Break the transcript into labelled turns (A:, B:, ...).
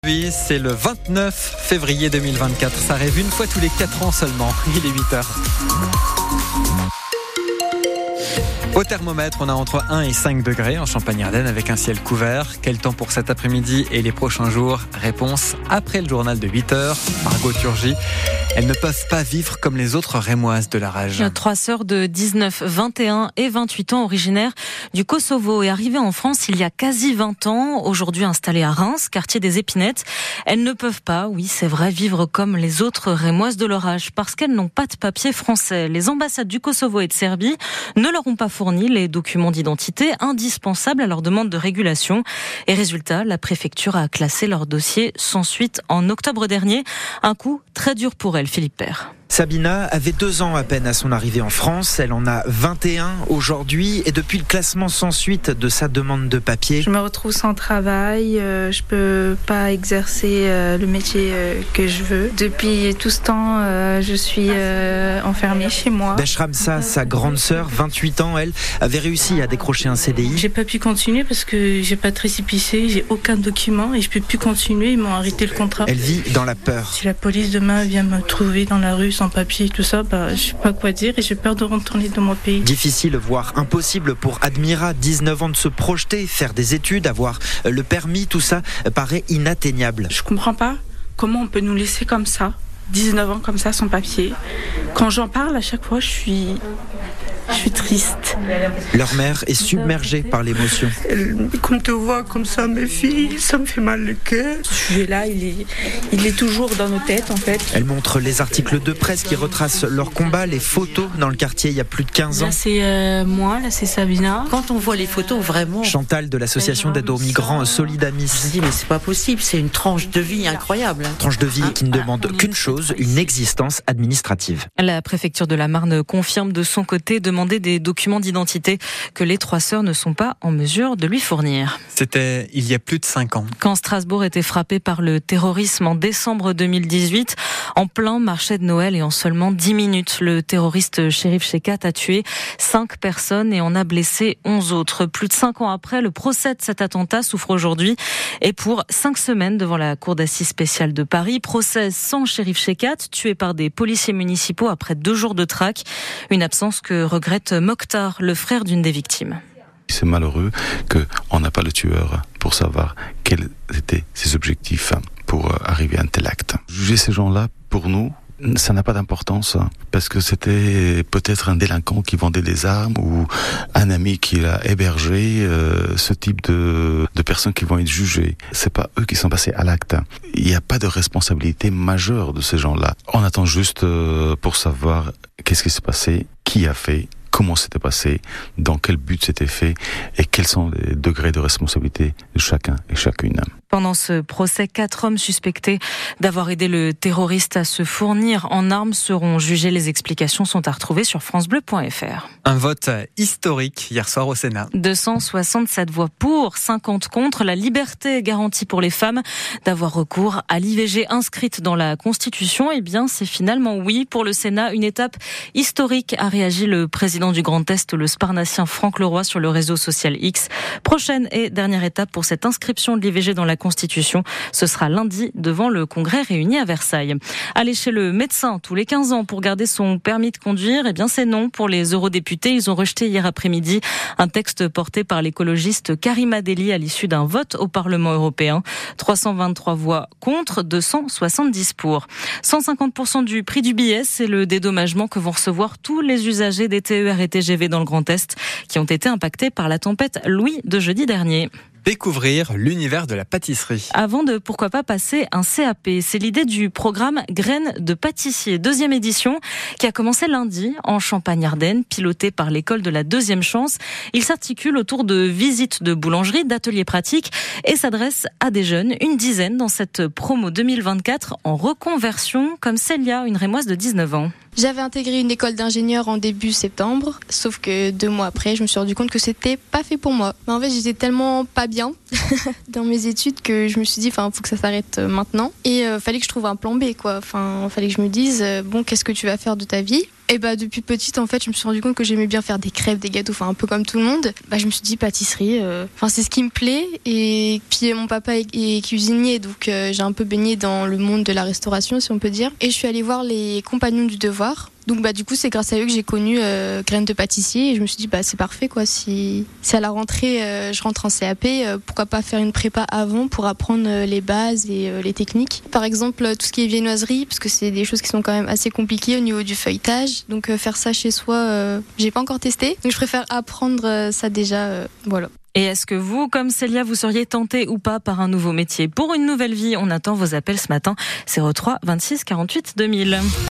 A: Oui, c'est le 29 février 2024. Ça arrive une fois tous les 4 ans seulement. Il est 8h. Au thermomètre, on a entre 1 et 5 degrés en Champagne-Ardenne avec un ciel couvert. Quel temps pour cet après-midi et les prochains jours? Réponse après le journal de 8h. Margot Turgy. Elles ne peuvent pas vivre comme les autres rémoises de la rage.
B: 3 sœurs de 19, 21 et 28 ans originaires du Kosovo et arrivées en France il y a quasi 20 ans, aujourd'hui installées à Reims, quartier des Épinettes. Elles ne peuvent pas, oui c'est vrai, vivre comme les autres rémoises de leur âge parce qu'elles n'ont pas de papier français. Les ambassades du Kosovo et de Serbie ne leur ont pas fourni les documents d'identité indispensables à leur demande de régulation. Et résultat, la préfecture a classé leur dossier sans suite en octobre dernier. Un coup très dur pour elle. Philippe Père.
C: Sabina avait 2 ans à peine à son arrivée en France. Elle en a 21 aujourd'hui. Et depuis le classement sans suite de sa demande de papier,
D: je me retrouve sans travail. Je peux pas exercer le métier que je veux. Depuis tout ce temps, je suis enfermée chez moi.
C: Besh Ramsa, sa grande sœur, 28 ans, elle, avait réussi à décrocher un CDI.
D: J'ai pas pu continuer parce que j'ai pas de récépissé, j'ai aucun document et je peux plus continuer. Ils m'ont arrêté le contrat.
C: Elle vit dans la peur.
D: Si la police demain vient me trouver dans la rue sans papier et tout ça, je sais pas quoi dire et j'ai peur de retourner dans mon pays.
C: Difficile, voire impossible pour Admira, 19 ans, de se projeter, faire des études, avoir le permis, tout ça paraît inatteignable.
D: Je comprends pas comment on peut nous laisser comme ça, 19 ans comme ça, sans papier. Quand j'en parle, à chaque fois, je suis triste.
C: Leur mère est submergée par l'émotion.
D: Quand on te voit comme ça, mes filles, ça me fait mal le cœur. Ce sujet-là, il est toujours dans nos têtes, en fait.
C: Elle montre les articles de presse qui retracent leur combat, les photos dans le quartier il y a plus de 15 ans.
D: Là, c'est moi, là, c'est Sabina.
E: Quand on voit les photos, vraiment...
C: Chantal de l'association d'aide aux migrants Solidamis.
E: Je me dis, mais c'est pas possible, c'est une tranche de vie incroyable.
C: Tranche de vie qui ne demande qu'une chose, une existence administrative.
B: La préfecture de la Marne confirme de son côté demander des documents d'identité que les 3 sœurs ne sont pas en mesure de lui fournir.
A: C'était il y a plus de 5 ans.
B: Quand Strasbourg était frappé par le terrorisme en décembre 2018, en plein marché de Noël et en seulement 10 minutes, le terroriste Cherif Shekat a tué 5 personnes et en a blessé 11 autres. Plus de 5 ans après, le procès de cet attentat s'ouvre aujourd'hui et pour 5 semaines devant la cour d'assises spéciale de Paris. Procès sans Cherif Shekat, tué par des policiers municipaux après 2 jours de traque. Une absence que regrette Mokhtar, le frère d'une des victimes.
F: C'est malheureux qu'on n'a pas le tueur pour savoir quels étaient ses objectifs pour arriver à un tel acte. Juger ces gens-là, pour nous, ça n'a pas d'importance parce que c'était peut-être un délinquant qui vendait des armes ou un ami qui l'a hébergé, ce type de personnes qui vont être jugées. C'est pas eux qui sont passés à l'acte. Il n'y a pas de responsabilité majeure de ces gens-là. On attend juste pour savoir qu'est-ce qui s'est passé, qui a fait, comment c'était passé, dans quel but c'était fait et quels sont les degrés de responsabilité de chacun et chacune.
B: Pendant ce procès, 4 hommes suspectés d'avoir aidé le terroriste à se fournir en armes seront jugés. Les explications sont à retrouver sur francebleu.fr.
A: Un vote historique hier soir au Sénat.
B: 267 voix pour, 50 contre. La liberté est garantie pour les femmes d'avoir recours à l'IVG inscrite dans la Constitution. Eh bien, c'est finalement oui pour le Sénat. Une étape historique, a réagi le président du Grand Est, le sparnacien Franck Leroy, sur le réseau social X. Prochaine et dernière étape pour cette inscription de l'IVG dans la Constitution. Ce sera lundi devant le Congrès réuni à Versailles. Aller chez le médecin tous les 15 ans pour garder son permis de conduire, eh bien c'est non pour les eurodéputés. Ils ont rejeté hier après-midi un texte porté par l'écologiste Karima Delli à l'issue d'un vote au Parlement européen. 323 voix contre, 270 pour. 150% du prix du billet, c'est le dédommagement que vont recevoir tous les usagers des TER et TGV dans le Grand Est qui ont été impactés par la tempête Louis de jeudi dernier.
A: Découvrir l'univers de la pâtisserie.
B: Avant de, pourquoi pas, passer un CAP. C'est l'idée du programme Graines de pâtissier, 2e édition, qui a commencé lundi en Champagne-Ardenne, piloté par l'école de la Deuxième Chance. Il s'articule autour de visites de boulangerie, d'ateliers pratiques et s'adresse à des jeunes, une dizaine dans cette promo 2024 en reconversion, comme Célia, une rémoise de 19 ans.
G: J'avais intégré une école d'ingénieur en début septembre, sauf que 2 mois après, je me suis rendu compte que c'était pas fait pour moi. Mais en fait, j'étais tellement pas bien dans mes études que je me suis dit, faut que ça s'arrête maintenant. Et fallait que je trouve un plan B, quoi. Fallait que je me dise, bon, qu'est-ce que tu vas faire de ta vie ? Et depuis petite, en fait, je me suis rendu compte que j'aimais bien faire des crêpes, des gâteaux, un peu comme tout le monde. Je me suis dit pâtisserie, c'est ce qui me plaît. Et puis mon papa est cuisinier, donc j'ai un peu baigné dans le monde de la restauration, si on peut dire. Et je suis allée voir les Compagnons du Devoir. Donc du coup, c'est grâce à eux que j'ai connu Graines de pâtissier. Et je me suis dit c'est parfait quoi. Si à la rentrée je rentre en CAP, pourquoi pas faire une prépa avant pour apprendre les bases et les techniques. Par exemple, tout ce qui est viennoiserie, parce que c'est des choses qui sont quand même assez compliquées au niveau du feuilletage. Donc faire ça chez soi, j'ai pas encore testé. Donc je préfère apprendre ça déjà. Voilà.
B: Et est-ce que vous, comme Célia, vous seriez tenté ou pas par un nouveau métier pour une nouvelle vie? On attend vos appels ce matin. 03 26 48 2000.